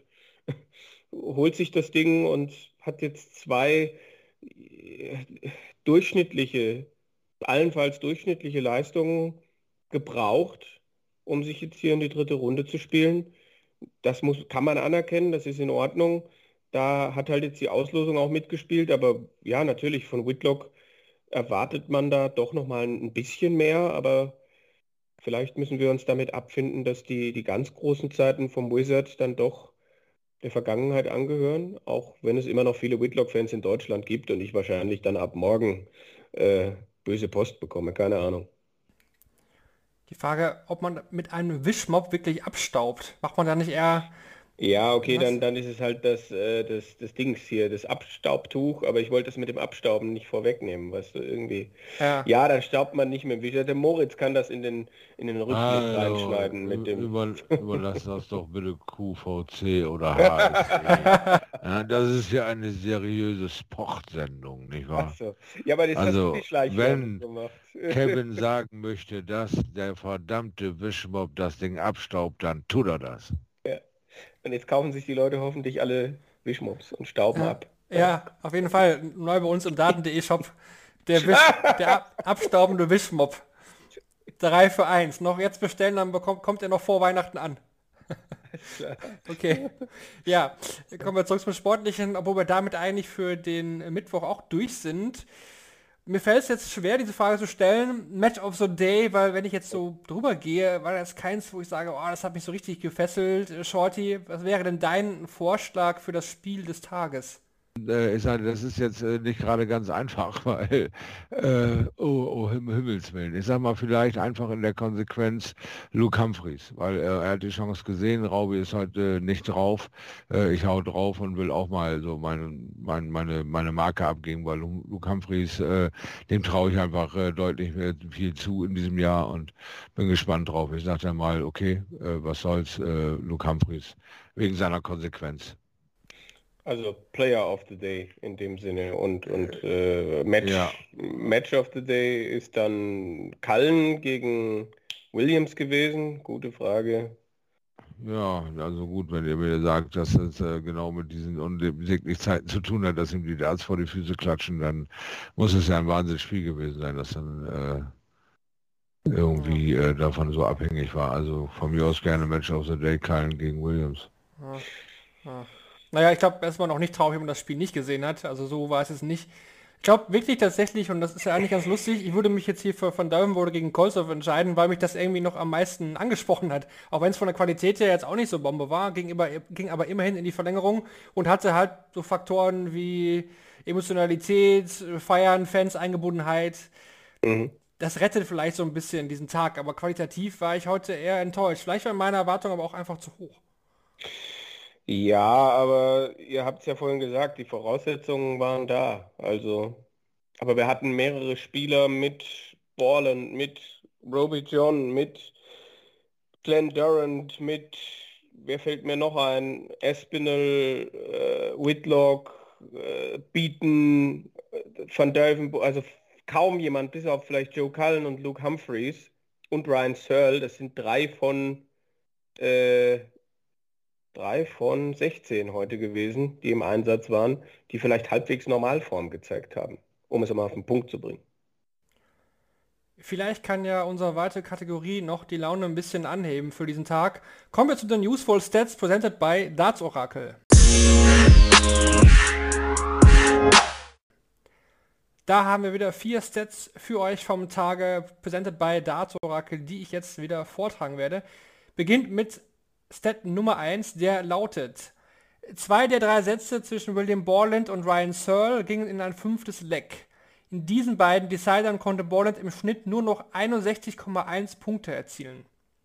[SPEAKER 5] holt sich das Ding und hat jetzt zwei äh, durchschnittliche, allenfalls durchschnittliche Leistungen gebraucht, um sich jetzt hier in die dritte Runde zu spielen. Das muss, kann man anerkennen, das ist in Ordnung. Da hat halt jetzt die Auslosung auch mitgespielt, aber ja, natürlich von Whitlock erwartet man da doch nochmal ein bisschen mehr, aber vielleicht müssen wir uns damit abfinden, dass die, die ganz großen Zeiten vom Wizard dann doch der Vergangenheit angehören, auch wenn es immer noch viele Whitlock-Fans in Deutschland gibt und ich wahrscheinlich dann ab morgen äh, böse Post bekomme, keine Ahnung.
[SPEAKER 4] Die Frage, ob man mit einem Wischmopp wirklich abstaubt. Macht man da nicht eher...
[SPEAKER 5] Ja, okay,
[SPEAKER 4] Was?
[SPEAKER 5] dann, dann ist es halt das, äh, das, das Dings hier, das Abstaubtuch, aber ich wollte das mit dem Abstauben nicht vorwegnehmen, weißt du, irgendwie.
[SPEAKER 4] Ja.
[SPEAKER 5] Ja, dann staubt man nicht mit dem Wischer. Der Moritz kann das in den, in den Rückblick
[SPEAKER 6] Also,
[SPEAKER 5] reinschneiden mit dem...
[SPEAKER 6] über, überlass das doch bitte Q V C oder H S E. Ja, das ist ja eine seriöse Sportsendung, nicht wahr?
[SPEAKER 5] Ach so. Ja, aber das
[SPEAKER 6] Also,
[SPEAKER 5] hast du die Schleichwerbung
[SPEAKER 6] wenn
[SPEAKER 5] gemacht.
[SPEAKER 6] Kevin sagen möchte, dass der verdammte Wischmopp das Ding abstaubt, dann tut er das.
[SPEAKER 5] Und jetzt kaufen sich die Leute hoffentlich alle Wischmops und stauben
[SPEAKER 4] Ja.
[SPEAKER 5] ab.
[SPEAKER 4] Ja, auf jeden Fall. Neu bei uns im Daten.de Shop. Der, Wisch, der ab, abstaubende Wischmopp. drei für eins. Noch jetzt bestellen, dann bekommt, kommt er noch vor Weihnachten an. Okay. Ja, kommen wir zurück zum Sportlichen, obwohl wir damit eigentlich für den Mittwoch auch durch sind. Mir fällt es jetzt schwer, diese Frage zu stellen. Match of the Day, weil wenn ich jetzt so drüber gehe, war das keins, wo ich sage, oh, das hat mich so richtig gefesselt. Shorty, was wäre denn dein Vorschlag für das Spiel des Tages?
[SPEAKER 6] Äh, ich sage, das ist jetzt äh, nicht gerade ganz einfach, weil, äh, oh, oh Him Himmels Willen. Ich sag mal vielleicht einfach in der Konsequenz Luke Humphries, weil äh, er hat die Chance gesehen, Raubi ist heute nicht drauf. Äh, ich hau drauf und will auch mal so meine, meine, meine, meine Marke abgeben, weil Lu- Luke Humphries, äh, dem traue ich einfach äh, deutlich äh, viel zu in diesem Jahr und bin gespannt drauf. Ich sag dann mal, okay, äh, was soll's, äh, Luke Humphries, wegen seiner Konsequenz.
[SPEAKER 5] Also Player of the Day in dem Sinne und, und äh, Match,
[SPEAKER 6] Ja.
[SPEAKER 5] Match of the Day ist dann Cullen gegen Williams gewesen. Gute Frage.
[SPEAKER 6] Ja, also gut, wenn ihr mir sagt, dass es äh, genau mit diesen unsäglichen Zeiten zu tun hat, dass ihm die Darts vor die Füße klatschen, dann muss es ja ein Wahnsinnsspiel gewesen sein, das dann äh, irgendwie äh, davon so abhängig war. Also von mir aus gerne Match of the Day, Cullen gegen Williams.
[SPEAKER 4] Ja. Ja. Naja, ich glaube, erstmal noch nicht traurig, wenn man das Spiel nicht gesehen hat. Also so war es jetzt nicht. Ich glaube wirklich tatsächlich, und das ist ja eigentlich ganz lustig, ich würde mich jetzt hier für Van Duijvenbode gegen Kolsov entscheiden, weil mich das irgendwie noch am meisten angesprochen hat. Auch wenn es von der Qualität her jetzt auch nicht so Bombe war, ging, über, ging aber immerhin in die Verlängerung und hatte halt so Faktoren wie Emotionalität, Feiern, Fans, Eingebundenheit.
[SPEAKER 5] Mhm.
[SPEAKER 4] Das rettet vielleicht so ein bisschen diesen Tag, aber qualitativ war ich heute eher enttäuscht. Vielleicht waren meine Erwartungen aber auch einfach zu hoch.
[SPEAKER 5] Ja, aber ihr habt es ja vorhin gesagt, die Voraussetzungen waren da. Also, aber wir hatten mehrere Spieler mit Borland, mit Roby John, mit Glenn Durant, mit, wer fällt mir noch ein, Espinel, äh, Whitlock, äh, Beaton, äh, Van Duijvenbode, also kaum jemand, bis auf vielleicht Joe Cullen und Luke Humphries und Ryan Searle, das sind drei von äh, drei von sechzehn heute gewesen, die im Einsatz waren, die vielleicht halbwegs Normalform gezeigt haben, um es mal auf den Punkt zu bringen.
[SPEAKER 4] Vielleicht kann ja unsere weitere Kategorie noch die Laune ein bisschen anheben für diesen Tag. Kommen wir zu den Useful Stats presented by Darts Oracle. Da haben wir wieder vier Stats für euch vom Tage presented by Darts Oracle, die ich jetzt wieder vortragen werde. Beginnt mit Stat Nummer eins, der lautet: Zwei der drei Sätze zwischen William Borland und Ryan Searle gingen in ein fünftes Leck. In diesen beiden Decidern konnte Borland im Schnitt nur noch einundsechzig Komma eins Punkte erzielen.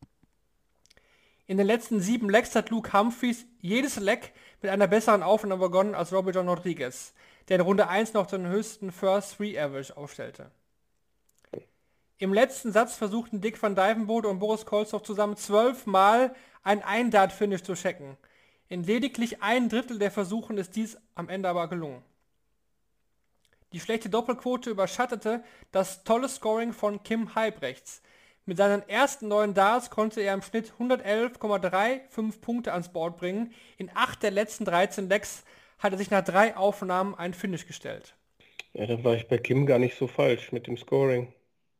[SPEAKER 4] In den letzten sieben Lecks hat Luke Humphries jedes Leck mit einer besseren Aufnahme begonnen als Robbie John Rodriguez, der in Runde eins noch den höchsten First Three Average aufstellte. Im letzten Satz versuchten Dick Van Duijvenbode und Boris Kolsov zusammen zwölfmal ein Ein-Dart-Finish zu checken. In lediglich ein Drittel der Versuchen ist dies am Ende aber gelungen. Die schlechte Doppelquote überschattete das tolle Scoring von Kim Halbrechts. Mit seinen ersten neun Darts konnte er im Schnitt hundertelf Komma fünfunddreißig Punkte ans Board bringen. In acht der letzten dreizehn Lecks hat er sich nach drei Aufnahmen ein Finish gestellt.
[SPEAKER 5] Ja, dann war ich bei Kim gar nicht so falsch mit dem Scoring.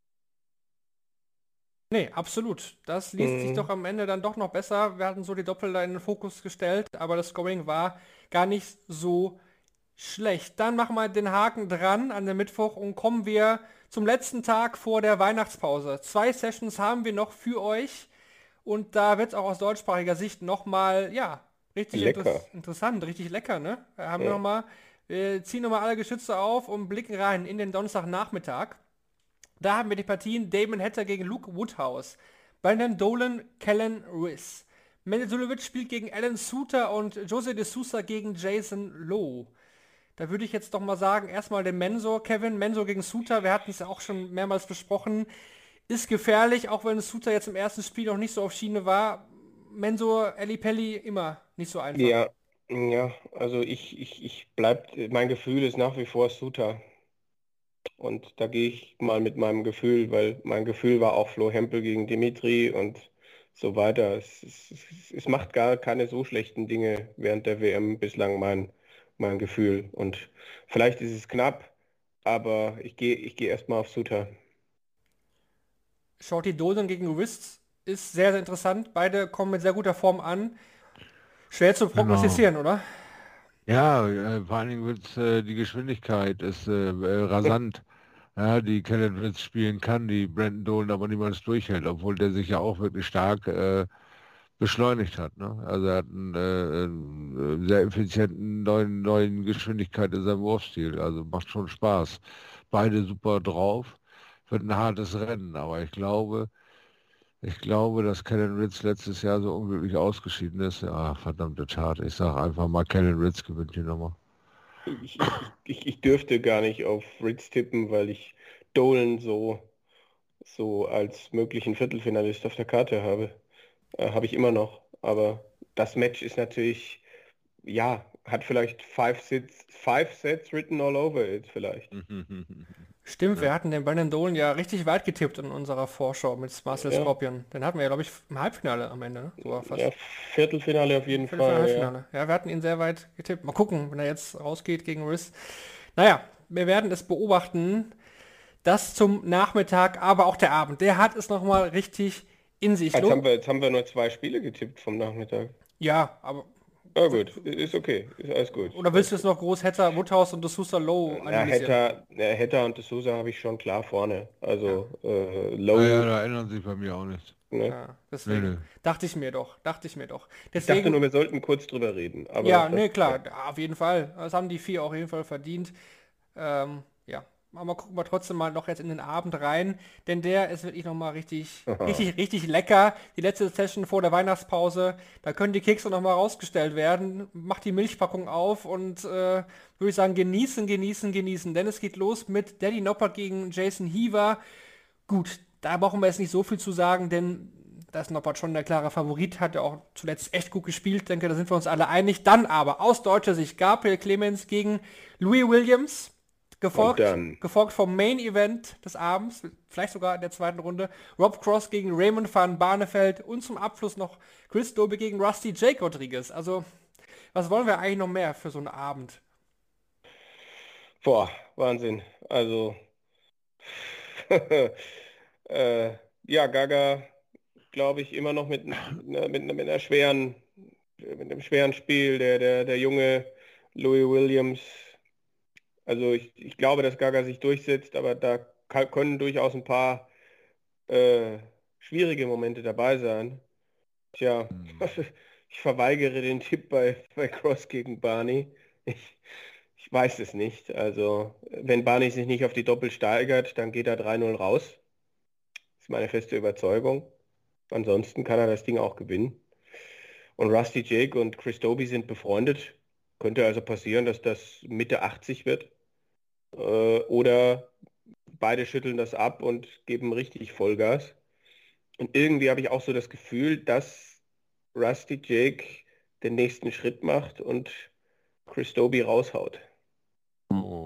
[SPEAKER 4] Nee, absolut. Das liest
[SPEAKER 5] Mhm.
[SPEAKER 4] sich doch am Ende dann doch noch besser. Wir hatten so die Doppel da in den Fokus gestellt, aber das Scoring war gar nicht so schlecht. Dann machen wir den Haken dran an den Mittwoch und kommen wir zum letzten Tag vor der Weihnachtspause. Zwei Sessions haben wir noch für euch und da wird es auch aus deutschsprachiger Sicht nochmal, ja, richtig
[SPEAKER 5] Lecker.
[SPEAKER 4] inter interessant, richtig lecker, ne? Wir haben
[SPEAKER 5] Ja.
[SPEAKER 4] noch mal, wir ziehen nochmal alle Geschütze auf und blicken rein in den Donnerstagnachmittag. Da haben wir die Partien Damon Hatter gegen Luke Woodhouse, Brandon Dolan, Kellen Riss. Mende Sulevic spielt gegen Alan Suter und Jose de Sousa gegen Jason Lowe. Da würde ich jetzt doch mal sagen, erstmal den Mensur, Kevin, Mensur gegen Suter, wir hatten es ja auch schon mehrmals besprochen, ist gefährlich, auch wenn Suter jetzt im ersten Spiel noch nicht so auf Schiene war. Mensur, Eli Pelli, immer nicht so einfach.
[SPEAKER 5] Ja, ja, also ich, ich, ich bleib, mein Gefühl ist nach wie vor Suter. Und da gehe ich mal mit meinem Gefühl, weil mein Gefühl war auch Flo Hempel gegen Dimitri und so weiter. Es, es, es macht gar keine so schlechten Dinge während der W M bislang mein, mein Gefühl. Und vielleicht ist es knapp, aber ich gehe ich gehe erstmal auf Suter.
[SPEAKER 4] Shorty Dolan gegen Riss ist sehr, sehr interessant. Beide kommen mit sehr guter Form an. Schwer zu prognostizieren, oder?
[SPEAKER 6] Ja, äh, vor allen Dingen wird's, äh, die Geschwindigkeit ist äh, äh, rasant, ja, die Kellen Ritz spielen kann, die Brandon Dolan aber niemals durchhält, obwohl der sich ja auch wirklich stark äh, beschleunigt hat. Ne? Also er hat einen, äh, einen sehr effizienten neuen, neuen Geschwindigkeit in seinem Wurfstil, also macht schon Spaß. Beide super drauf, wird ein hartes Rennen, aber ich glaube, ich glaube, dass Kellen Ritz letztes Jahr so unglücklich ausgeschieden ist. Ja, verdammte Tat. Ich sage einfach mal, Kellen Ritz gewinnt die Nummer.
[SPEAKER 5] Ich, ich, ich, ich dürfte gar nicht auf Ritz tippen, weil ich Dolan so, so als möglichen Viertelfinalist auf der Karte habe. Äh, habe ich immer noch. Aber das Match ist natürlich, ja, hat vielleicht five sets, five sets written all over it vielleicht.
[SPEAKER 4] Stimmt, wir hatten den Brandon Dolan ja richtig weit getippt in unserer Vorschau mit Marcel
[SPEAKER 5] Ja.
[SPEAKER 4] Scorpion. Den hatten wir ja, glaube ich, im Halbfinale am Ende, ne? So war fast.
[SPEAKER 5] Ja, Viertelfinale auf jeden
[SPEAKER 4] Viertelfinale,
[SPEAKER 5] Fall. Ja.
[SPEAKER 4] Halbfinale. Ja, wir hatten ihn sehr weit getippt. Mal gucken, wenn er jetzt rausgeht gegen Riss. Naja, wir werden es beobachten. Das zum Nachmittag, aber auch der Abend. Der hat es nochmal richtig in sich.
[SPEAKER 5] Jetzt
[SPEAKER 4] Lo-
[SPEAKER 5] haben wir, jetzt haben wir nur zwei Spiele getippt vom Nachmittag.
[SPEAKER 4] Ja, aber...
[SPEAKER 5] Ja gut, ist okay, ist alles gut.
[SPEAKER 4] Oder willst du jetzt noch groß Hatter, Woodhouse und De Sousa Low
[SPEAKER 5] Ja,
[SPEAKER 4] analysieren?
[SPEAKER 5] Hatter, ja, Hatter und De Sousa habe ich schon klar vorne. Also äh, Low,
[SPEAKER 6] Naja, da ändert sich bei mir auch nichts.
[SPEAKER 5] ne?
[SPEAKER 4] Ja, deswegen
[SPEAKER 6] Nee, nee.
[SPEAKER 4] dachte ich mir doch, dachte ich mir doch.
[SPEAKER 5] Ich dachte
[SPEAKER 4] Deswegen,
[SPEAKER 5] nur, wir sollten kurz drüber reden. Aber
[SPEAKER 4] ja,
[SPEAKER 5] das-
[SPEAKER 4] nee, klar, ja, auf jeden Fall. Das haben die vier auf jeden Fall verdient. Ähm, ja, aber gucken wir trotzdem mal noch jetzt in den Abend rein, denn der ist wirklich nochmal richtig, richtig, richtig lecker. Die letzte Session vor der Weihnachtspause, da können die Kekse nochmal rausgestellt werden. Macht die Milchpackung auf und äh, würde ich sagen, genießen, genießen, genießen. Denn es geht los mit Daddy Noppert gegen Jason Heaver. Gut, da brauchen wir jetzt nicht so viel zu sagen, denn da ist Noppert schon der klare Favorit, hat ja auch zuletzt echt gut gespielt, denke, da sind wir uns alle einig. Dann aber aus deutscher Sicht Gabriel Clemens gegen Louis Williams, gefolgt,
[SPEAKER 5] Und dann-
[SPEAKER 4] gefolgt vom Main Event des Abends, vielleicht sogar in der zweiten Runde, Rob Cross gegen Raymond van Barneveld und zum Abschluss noch Chris Doby gegen Rusty Jake Rodriguez. Also, was wollen wir eigentlich noch mehr für so einen Abend?
[SPEAKER 5] Boah, Wahnsinn. Also, äh, ja, Gaga, glaube ich, immer noch mit, ne, mit, mit einer schweren, mit einem schweren Spiel. Der, der, der junge Louis Williams. Also ich, ich glaube, dass Gaga sich durchsetzt, aber da ka- können durchaus ein paar äh, schwierige Momente dabei sein. Tja, ich verweigere den Tipp bei, bei Cross gegen Barney. Ich, ich weiß es nicht. Also, wenn Barney sich nicht auf die Doppel steigert, dann geht er drei null raus. Das ist meine feste Überzeugung. Ansonsten kann er das Ding auch gewinnen. Und Rusty Jake und Chris Doby sind befreundet. Könnte also passieren, dass das Mitte achtzig wird. Äh, oder beide schütteln das ab und geben richtig Vollgas. Und irgendwie habe ich auch so das Gefühl, dass Rusty Jake den nächsten Schritt macht und Chris Doby raushaut.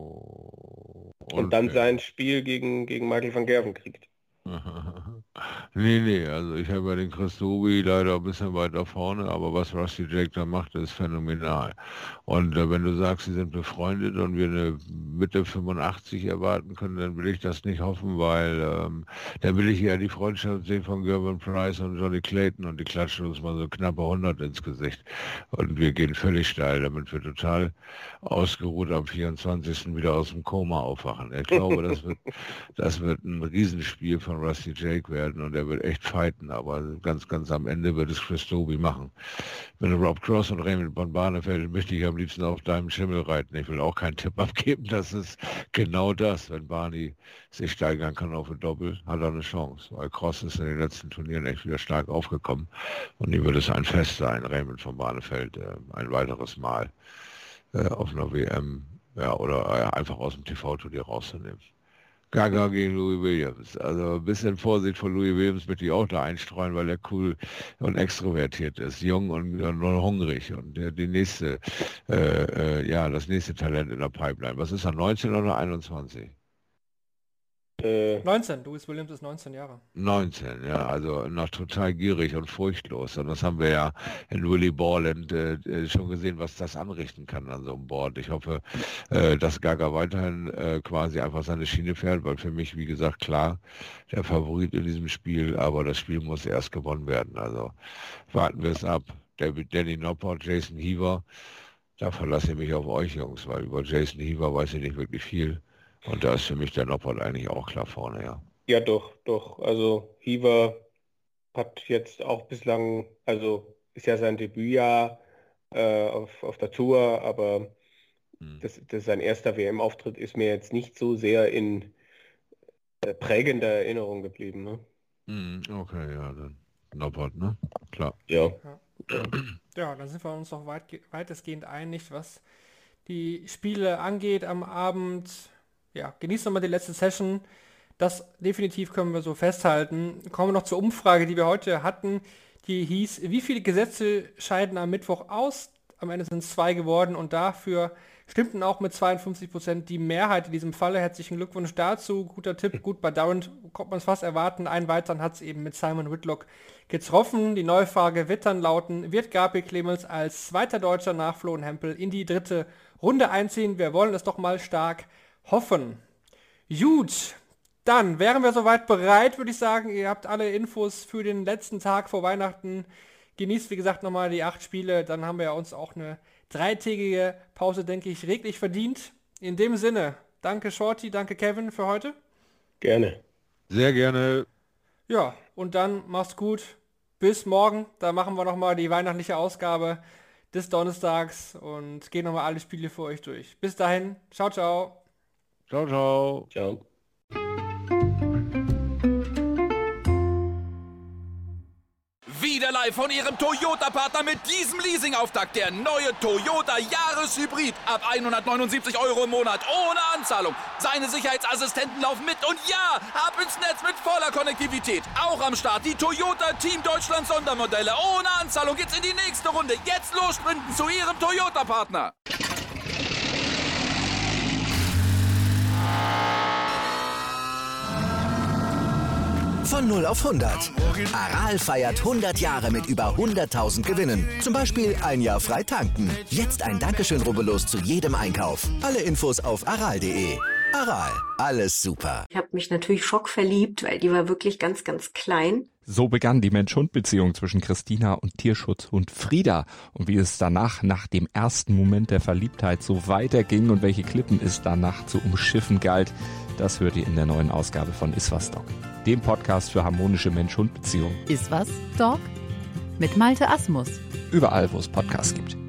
[SPEAKER 5] Und dann
[SPEAKER 6] Okay.
[SPEAKER 5] sein Spiel gegen, gegen Michael van Gerven kriegt.
[SPEAKER 6] Nee, nee, also ich habe ja den Christobi leider ein bisschen weiter vorne, aber was Rusty Jake da macht, ist phänomenal. Und äh, wenn du sagst, sie sind befreundet und wir eine Mitte fünfundachtzig erwarten können, dann will ich das nicht hoffen, weil ähm, dann will ich ja die Freundschaft sehen von Gervin Price und Johnny Clayton und die klatschen uns mal so knappe hundert ins Gesicht. Und wir gehen völlig steil, damit wir total ausgeruht am vierundzwanzigsten wieder aus dem Koma aufwachen. Ich glaube, das wird, das wird ein Riesenspiel von Rusty Jake werden und er wird echt fighten, aber ganz, ganz am Ende wird es Christobi machen. Wenn Rob Cross und Raymond von Barneveld möchte ich am liebsten auf deinem Schimmel reiten. Ich will auch keinen Tipp abgeben, das ist genau das. Wenn Barney sich steigern kann auf ein Doppel, hat er eine Chance, weil Cross ist in den letzten Turnieren echt wieder stark aufgekommen und ihm wird es ein Fest sein, Raymond von Barneveld äh, ein weiteres Mal äh, auf einer W M ja, oder äh, einfach aus dem T V-Turnier rauszunehmen. Gaga gegen Louis Williams. Also ein bisschen Vorsicht von Louis Williams möchte ich auch da einstreuen, weil er cool und extrovertiert ist, jung und, und hungrig und der, die nächste, äh, äh, ja, das nächste Talent in der Pipeline. Was ist er, neunzehn oder einundzwanzig?
[SPEAKER 5] Äh,
[SPEAKER 4] neunzehn, Louis Williams ist neunzehn Jahre.
[SPEAKER 6] neunzehn, ja, also noch total gierig und furchtlos. Und das haben wir ja in Willie Borland äh, schon gesehen, was das anrichten kann an so einem Board. Ich hoffe, äh, dass Gaga weiterhin äh, quasi einfach seine Schiene fährt, weil für mich, wie gesagt, klar, der Favorit in diesem Spiel, aber das Spiel muss erst gewonnen werden. Also warten wir es ab. David, Danny Noppert, Jason Heaver, da verlasse ich mich auf euch, Jungs, weil über Jason Heaver weiß ich nicht wirklich viel. Und da ist für mich der Noppert eigentlich auch klar vorne, ja.
[SPEAKER 5] ja, doch, doch. Also Heaver hat jetzt auch bislang, also ist ja sein Debütjahr äh, auf, auf der Tour, aber hm. das, das sein erster W M-Auftritt ist mir jetzt nicht so sehr in äh, prägender Erinnerung geblieben. Ne?
[SPEAKER 6] Hm, okay, ja, dann Noppert, ne? Klar.
[SPEAKER 5] Ja.
[SPEAKER 4] Ja, ja dann sind wir uns auch weit, weitestgehend einig, was die Spiele angeht am Abend. Ja, genießt nochmal die letzte Session. Das definitiv können wir so festhalten. Kommen wir noch zur Umfrage, die wir heute hatten. Die hieß, wie viele Gesetze scheiden am Mittwoch aus? Am Ende sind es zwei geworden und dafür stimmten auch mit zweiundfünfzig Prozent die Mehrheit in diesem Falle. Herzlichen Glückwunsch dazu. Guter Tipp, gut bei Durrant konnte man es fast erwarten. Einen weiteren hat es eben mit Simon Whitlock getroffen. Die neue Frage wird dann lauten, wird Gabriel Clemens als zweiter Deutscher nach Flo und Hempel in die dritte Runde einziehen? Wir wollen es doch mal stark hoffen. Gut, dann wären wir soweit bereit, würde ich sagen. Ihr habt alle Infos für den letzten Tag vor Weihnachten. Genießt, wie gesagt, nochmal die acht Spiele. Dann haben wir ja uns auch eine dreitägige Pause, denke ich, reglich verdient. In dem Sinne, danke Shorty, danke Kevin für heute.
[SPEAKER 5] Gerne.
[SPEAKER 6] Sehr gerne.
[SPEAKER 4] Ja, und dann mach's gut. Bis morgen. Da machen wir nochmal die weihnachtliche Ausgabe des Donnerstags und gehen nochmal alle Spiele für euch durch. Bis dahin, ciao, ciao.
[SPEAKER 6] Ciao, ciao.
[SPEAKER 5] Ciao.
[SPEAKER 7] Wieder live von Ihrem Toyota-Partner mit diesem Leasing-Auftakt. Der neue Toyota Jahreshybrid. Ab hundertneunundsiebzig Euro im Monat. Ohne Anzahlung. Seine Sicherheitsassistenten laufen mit. Und ja, ab ins Netz mit voller Konnektivität. Auch am Start die Toyota Team Deutschland Sondermodelle. Ohne Anzahlung geht's in die nächste Runde. Jetzt los sprinten zu Ihrem Toyota-Partner.
[SPEAKER 1] Von null auf hundert. Aral feiert hundert Jahre mit über hunderttausend Gewinnen. Zum Beispiel ein Jahr frei tanken. Jetzt ein Dankeschön, rubbellos zu jedem Einkauf. Alle Infos auf aral punkt de. Aral, alles super.
[SPEAKER 8] Ich habe mich natürlich schockverliebt, weil die war wirklich ganz, ganz klein.
[SPEAKER 9] So begann die Mensch-Hund-Beziehung zwischen Christina und Tierschutzhund Frieda. Und wie es danach, nach dem ersten Moment der Verliebtheit, so weiterging und welche Klippen es danach zu umschiffen galt, das hört ihr in der neuen Ausgabe von Iswas Dog, dem Podcast für harmonische Mensch-Hund-Beziehungen.
[SPEAKER 10] Iswas Dog mit Malte Asmus.
[SPEAKER 9] Überall, wo es Podcasts gibt.